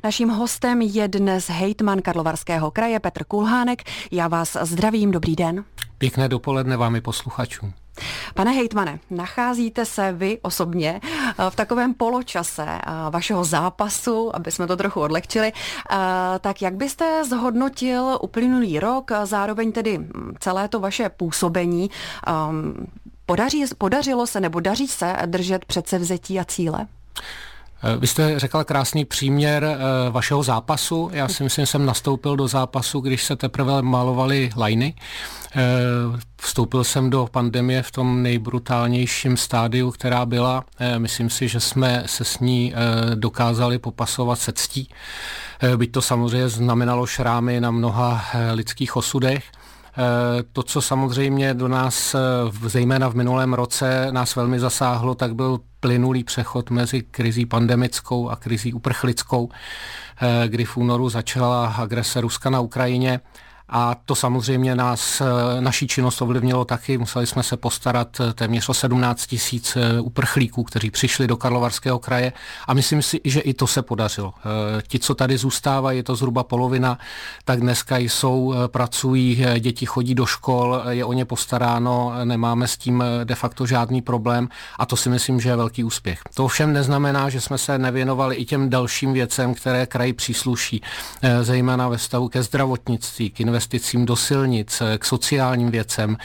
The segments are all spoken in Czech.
Naším hostem je dnes hejtman Karlovarského kraje Petr Kulhánek. Já vás zdravím, dobrý den. Pěkné dopoledne vám i posluchačům. Pane hejtmane, nacházíte se vy osobně v takovém poločase vašeho zápasu, aby jsme to trochu odlehčili. Tak jak byste zhodnotil uplynulý rok, zároveň tedy celé to vaše působení? Podařilo se nebo daří se držet předsevzetí a cíle? Vy jste řekla krásný příměr vašeho zápasu. Já si myslím, že jsem nastoupil do zápasu, když se teprve malovaly lajny. Vstoupil jsem do pandemie v tom nejbrutálnějším stádiu, která byla. Myslím si, že jsme se s ní dokázali popasovat se ctí. Byť to samozřejmě znamenalo šrámy na mnoha lidských osudech. To, co samozřejmě do nás, zejména v minulém roce, nás velmi zasáhlo, tak byl plynulý přechod mezi krizí pandemickou a krizí uprchlickou, kdy v únoru začala agrese Ruska na Ukrajině. A to samozřejmě naší činnost ovlivnilo taky. Museli jsme se postarat téměř o 17 000 uprchlíků, kteří přišli do Karlovarského kraje. A myslím si, že i to se podařilo. Ti, co tady zůstávají, je to zhruba polovina, tak dneska pracují, děti chodí do škol, je o ně postaráno, nemáme s tím de facto žádný problém a to si myslím, že je velký úspěch. To ovšem neznamená, že jsme se nevěnovali i těm dalším věcem, které kraji přísluší, zejména ve vztahu ke zdravotnictví, k investicím do silnic, k sociálním věcem.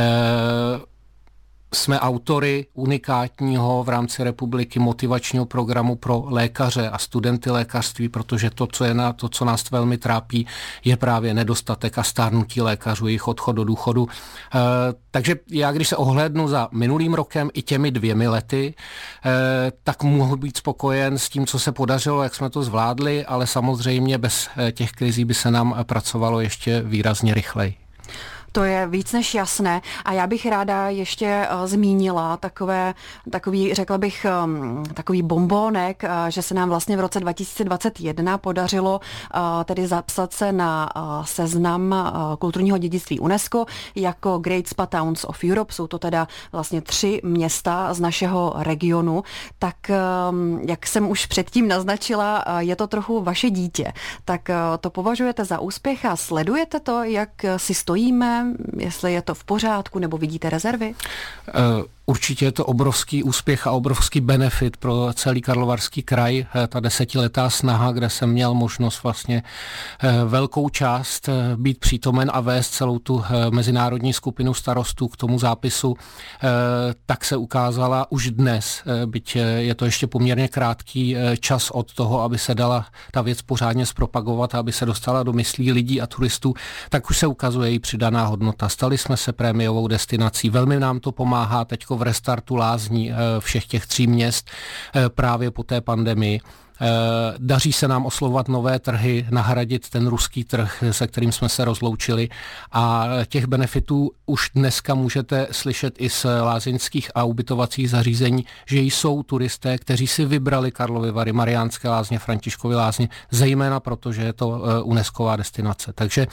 Jsme autory unikátního v rámci republiky motivačního programu pro lékaře a studenty lékařství, protože to, co nás velmi trápí, je právě nedostatek a stárnutí lékařů, jejich odchod do důchodu. Takže já, když se ohlédnu za minulým rokem i těmi 2 lety, tak mohu být spokojen s tím, co se podařilo, jak jsme to zvládli, ale samozřejmě bez těch krizí by se nám pracovalo ještě výrazně rychleji. To je víc než jasné a já bych ráda ještě zmínila takový, řekla bych, takový bombónek, že se nám vlastně v roce 2021 podařilo tedy zapsat se na seznam kulturního dědictví UNESCO jako Great Spa Towns of Europe. Jsou to teda vlastně 3 města z našeho regionu. Tak jak jsem už předtím naznačila, je to trochu vaše dítě. Tak to považujete za úspěch a sledujete to, jak si stojíme, jestli je to v pořádku, nebo vidíte rezervy? Určitě je to obrovský úspěch a obrovský benefit pro celý Karlovarský kraj. Ta 10letá snaha, kde jsem měl možnost vlastně velkou část být přítomen a vést celou tu mezinárodní skupinu starostů k tomu zápisu, tak se ukázala už dnes, byť je to ještě poměrně krátký čas od toho, aby se dala ta věc pořádně zpropagovat a aby se dostala do myslí lidí a turistů, tak už se ukazuje její přidaná hodnota. Stali jsme se prémiovou destinací. Velmi nám to pomáhá teď v restartu lázní všech těch 3 měst právě po té pandemii. Daří se nám oslovovat nové trhy, nahradit ten ruský trh, se kterým jsme se rozloučili a těch benefitů už dneska můžete slyšet i z lázeňských a ubytovacích zařízení, že jsou turisté, kteří si vybrali Karlovy Vary, Mariánské Lázně, Františkovy Lázně, zejména proto, že je to UNESCOvá destinace. Takže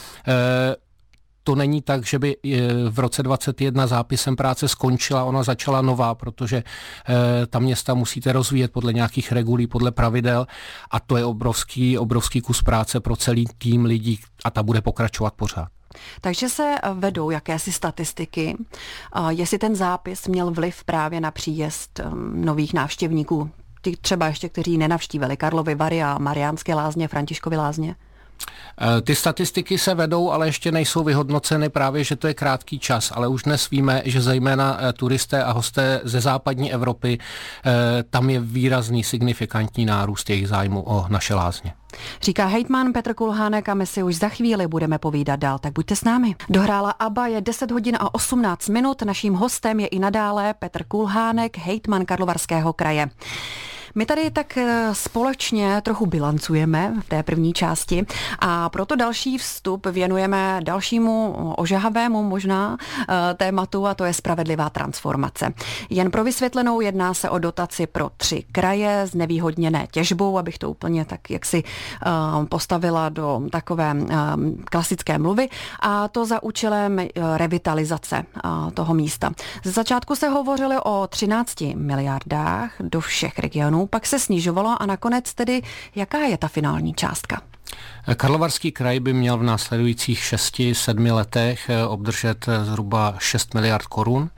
to není tak, že by v roce 2021 zápisem práce skončila, ona začala nová, protože ta města musíte rozvíjet podle nějakých regulí, podle pravidel a to je obrovský kus práce pro celý tým lidí a ta bude pokračovat pořád. Takže se vedou jakési statistiky, jestli ten zápis měl vliv právě na příjezd nových návštěvníků, ty třeba ještě, kteří nenavštívili Karlovy Vary a Mariánské Lázně, Františkovy Lázně? Ty statistiky se vedou, ale ještě nejsou vyhodnoceny právě, že to je krátký čas, ale už dnes víme, že zejména turisté a hosté ze západní Evropy, tam je výrazný signifikantní nárůst jejich zájmu o naše lázně. Říká hejtman Petr Kulhánek a my si už za chvíli budeme povídat dál, tak buďte s námi. Dohrála ABBA, je 10 hodin a 18 minut, naším hostem je i nadále Petr Kulhánek, hejtman Karlovarského kraje. My tady tak společně trochu bilancujeme v té první části a proto další vstup věnujeme dalšímu ožahavému možná tématu a to je spravedlivá transformace. Jen pro vysvětlenou, jedná se o dotaci pro 3 kraje znevýhodněné těžbou, abych to úplně tak jaksi postavila do takové klasické mluvy a to za účelem revitalizace toho místa. Ze začátku se hovořilo o 13 miliardách do všech regionů. milionů, pak se snižovalo a nakonec tedy jaká je ta finální částka? Karlovarský kraj by měl v následujících 6-7 letech obdržet zhruba 6 miliard korun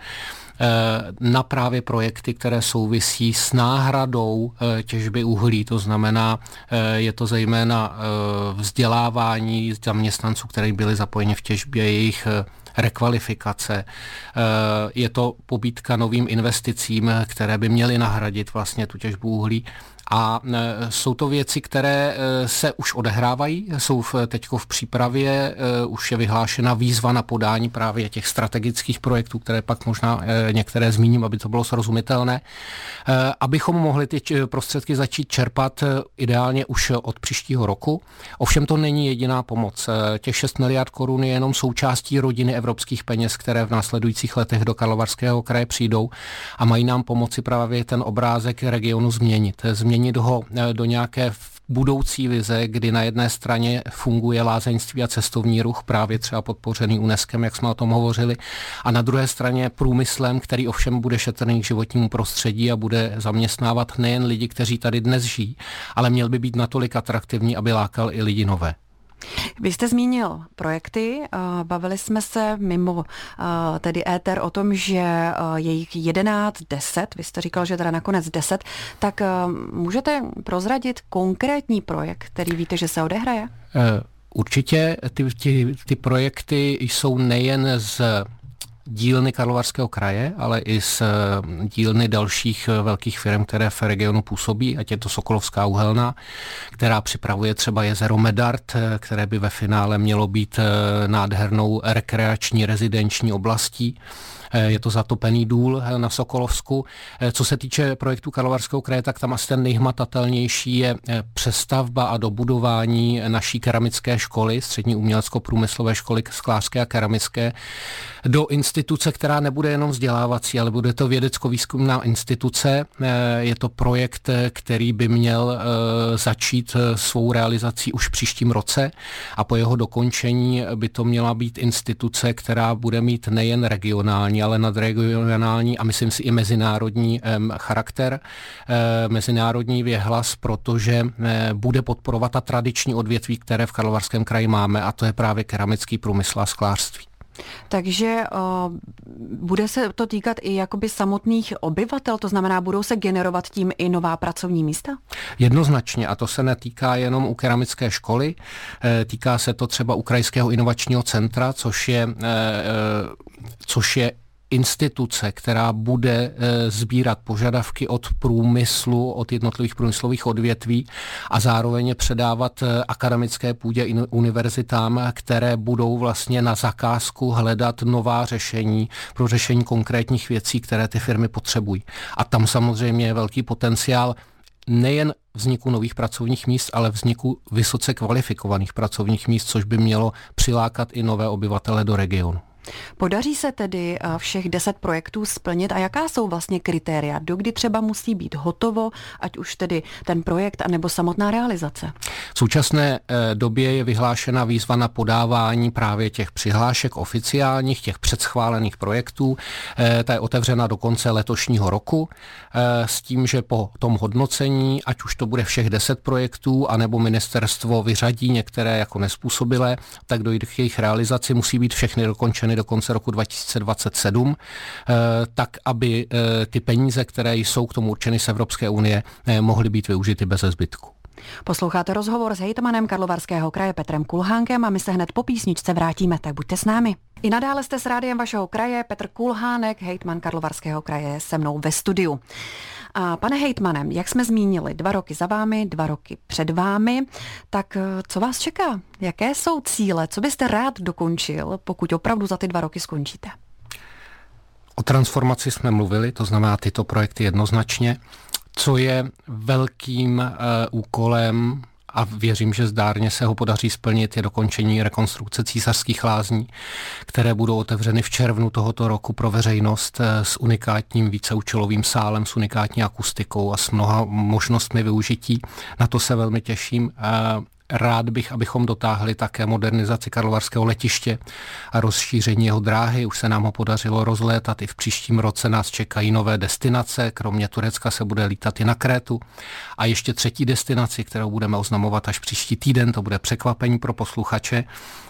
na právě projekty, které souvisí s náhradou těžby uhlí. To znamená, je to zejména vzdělávání zaměstnanců, kteří byli zapojeni v těžbě, jejich rekvalifikace. Je to pobídka novým investicím, které by měly nahradit vlastně tu těžbu uhlí. A jsou to věci, které se už odehrávají, jsou teďko v přípravě, už je vyhlášena výzva na podání právě těch strategických projektů, které pak možná některé zmíním, aby to bylo srozumitelné, abychom mohli ty prostředky začít čerpat ideálně už od příštího roku. Ovšem to není jediná pomoc. Těch 6 miliard korun je jenom součástí rodiny evropských peněz, které v následujících letech do Karlovarského kraje přijdou a mají nám pomoci právě ten obrázek regionu změnit ho do nějaké budoucí vize, kdy na jedné straně funguje lázeňství a cestovní ruch, právě třeba podpořený UNESCem, jak jsme o tom hovořili, a na druhé straně průmyslem, který ovšem bude šetrný k životnímu prostředí a bude zaměstnávat nejen lidi, kteří tady dnes žijí, ale měl by být natolik atraktivní, aby lákal i lidi nové. Vy jste zmínil projekty, bavili jsme se mimo tedy éter o tom, že je jich 11, 10, vy jste říkal, že teda nakonec 10, tak můžete prozradit konkrétní projekt, který víte, že se odehraje? Určitě ty projekty jsou nejen z dílny Karlovarského kraje, ale i z dílny dalších velkých firm, které v regionu působí, ať je to Sokolovská uhelná, která připravuje třeba jezero Medard, které by ve finále mělo být nádhernou rekreační rezidenční oblastí. Je to zatopený důl na Sokolovsku. Co se týče projektu Karlovarského kraje, tak tam asi ten nejhmatatelnější je přestavba a dobudování naší keramické školy, střední umělecko-průmyslové školy sklářské a keramické, do instituce, která nebude jenom vzdělávací, ale bude to vědecko-výzkumná instituce. Je to projekt, který by měl začít svou realizací už v příštím roce a po jeho dokončení by to měla být instituce, která bude mít nejen regionální, ale nadregionální a myslím si i mezinárodní charakter, mezinárodní věhlas, protože bude podporovat ta tradiční odvětví, které v Karlovarském kraji máme, a to je právě keramický průmysl a sklářství. Takže bude se to týkat i jakoby samotných obyvatel, to znamená, budou se generovat tím i nová pracovní místa? Jednoznačně, a to se netýká jenom u keramické školy, týká se to třeba u Krajského inovačního centra, což je instituce, která bude sbírat požadavky od průmyslu, od jednotlivých průmyslových odvětví a zároveň je předávat akademické půdě univerzitám, které budou vlastně na zakázku hledat nová řešení pro řešení konkrétních věcí, které ty firmy potřebují. A tam samozřejmě je velký potenciál nejen vzniku nových pracovních míst, ale vzniku vysoce kvalifikovaných pracovních míst, což by mělo přilákat i nové obyvatele do regionu. Podaří se tedy všech 10 projektů splnit a jaká jsou vlastně kritéria, dokdy třeba musí být hotovo, ať už tedy ten projekt anebo samotná realizace? V současné době je vyhlášena výzva na podávání právě těch přihlášek oficiálních, těch předschválených projektů. Ta je otevřena do konce letošního roku s tím, že po tom hodnocení, ať už to bude všech 10 projektů, anebo ministerstvo vyřadí některé jako nezpůsobilé, tak dojde k jejich realizaci, musí být všechny dokončeny do konce roku 2027, tak aby ty peníze, které jsou k tomu určeny z Evropské unie, mohly být využity bez zbytku. Posloucháte rozhovor s hejtmanem Karlovarského kraje Petrem Kulhánkem a my se hned po písničce vrátíme, tak buďte s námi. I nadále jste s rádiem vašeho kraje, Petr Kulhánek, hejtman Karlovarského kraje, se mnou ve studiu. A pane hejtmane, jak jsme zmínili, 2 roky za vámi, 2 roky před vámi, tak co vás čeká? Jaké jsou cíle? Co byste rád dokončil, pokud opravdu za ty 2 roky skončíte? O transformaci jsme mluvili, to znamená tyto projekty jednoznačně. Co je velkým úkolem, a věřím, že zdárně se ho podaří splnit, je dokončení rekonstrukce Císařských lázní, které budou otevřeny v červnu tohoto roku pro veřejnost s unikátním víceúčelovým sálem, s unikátní akustikou a s mnoha možnostmi využití. Na to se velmi těším. Rád bych, abychom dotáhli také modernizaci karlovarského letiště a rozšíření jeho dráhy. Už se nám ho podařilo rozlétat. I v příštím roce nás čekají nové destinace. Kromě Turecka se bude lítat i na Krétu. A ještě třetí destinaci, kterou budeme oznamovat až příští týden. To bude překvapení pro posluchače.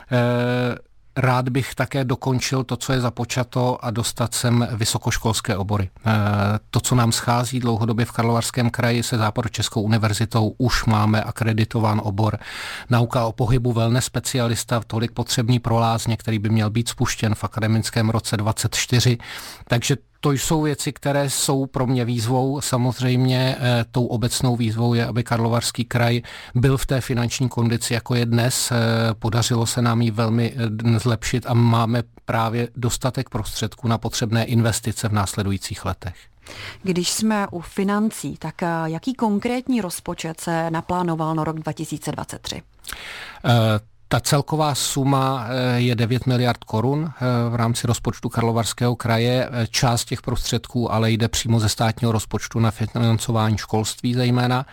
Rád bych také dokončil to, co je započato, a dostat sem vysokoškolské obory. To, co nám schází dlouhodobě v Karlovarském kraji se Západočeskou univerzitou, už máme akreditován obor nauka o pohybu wellness specialista, tolik potřebný pro lázně, který by měl být spuštěn v akademickém roce 2024. Takže to jsou věci, které jsou pro mě výzvou. Samozřejmě tou obecnou výzvou je, aby Karlovarský kraj byl v té finanční kondici, jako je dnes. Podařilo se nám ji velmi zlepšit a máme právě dostatek prostředků na potřebné investice v následujících letech. Když jsme u financí, tak jaký konkrétní rozpočet se naplánoval na rok 2023? Ta celková suma je 9 miliard korun v rámci rozpočtu Karlovarského kraje. Část těch prostředků ale jde přímo ze státního rozpočtu na financování školství zejména.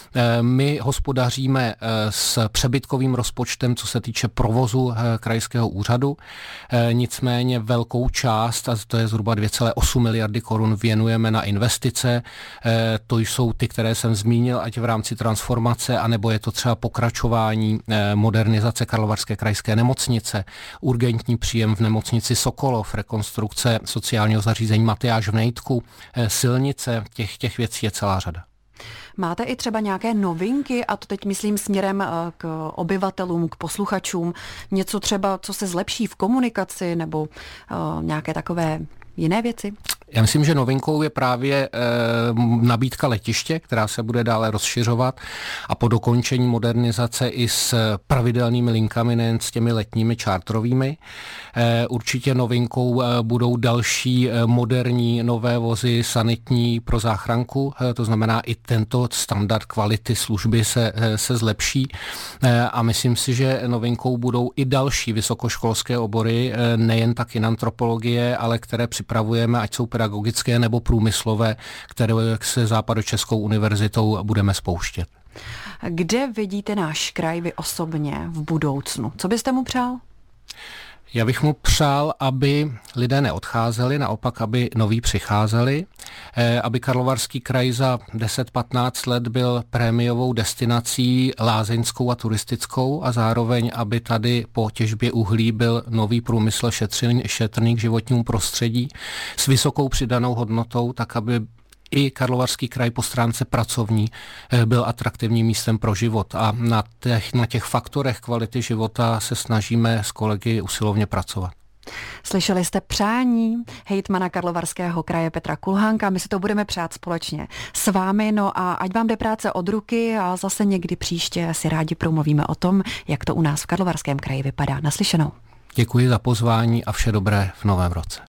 My hospodaříme s přebytkovým rozpočtem, co se týče provozu krajského úřadu. Nicméně velkou část, a to je zhruba 2,8 miliardy korun, věnujeme na investice. To jsou ty, které jsem zmínil, ať v rámci transformace, anebo je to třeba pokračování modernizace Karlovarské krajské nemocnice, urgentní příjem v nemocnici Sokolov, rekonstrukce sociálního zařízení Matyáš v Nejtku, silnice, těch věcí je celá řada. Máte i třeba nějaké novinky, a to teď myslím směrem k obyvatelům, k posluchačům, něco třeba, co se zlepší v komunikaci nebo nějaké takové jiné věci? Já myslím, že novinkou je právě nabídka letiště, která se bude dále rozšiřovat, a po dokončení modernizace i s pravidelnými linkami, nejen s těmi letními čártrovými. Určitě novinkou budou další moderní nové vozy sanitní pro záchranku, to znamená i tento standard kvality služby se zlepší, a myslím si, že novinkou budou i další vysokoškolské obory, nejen taky antropologie, ale které připravujeme, ať jsou pedagogické nebo průmyslové, které se Západočeskou univerzitou budeme spouštět. Kde vidíte náš kraj vy osobně v budoucnu? Co byste mu přál? Já bych mu přál, aby lidé neodcházeli, naopak, aby noví přicházeli, aby Karlovarský kraj za 10-15 let byl prémiovou destinací lázeňskou a turistickou, a zároveň, aby tady po těžbě uhlí byl nový průmysl šetrný k životnímu prostředí s vysokou přidanou hodnotou, tak aby i Karlovarský kraj po stránce pracovní byl atraktivním místem pro život, a na těch faktorech kvality života se snažíme s kolegy usilovně pracovat. Slyšeli jste přání hejtmana Karlovarského kraje Petra Kulhánka, my si to budeme přát společně s vámi, no a ať vám jde práce od ruky, a zase někdy příště si rádi promluvíme o tom, jak to u nás v Karlovarském kraji vypadá. Naslyšenou. Děkuji za pozvání a vše dobré v novém roce.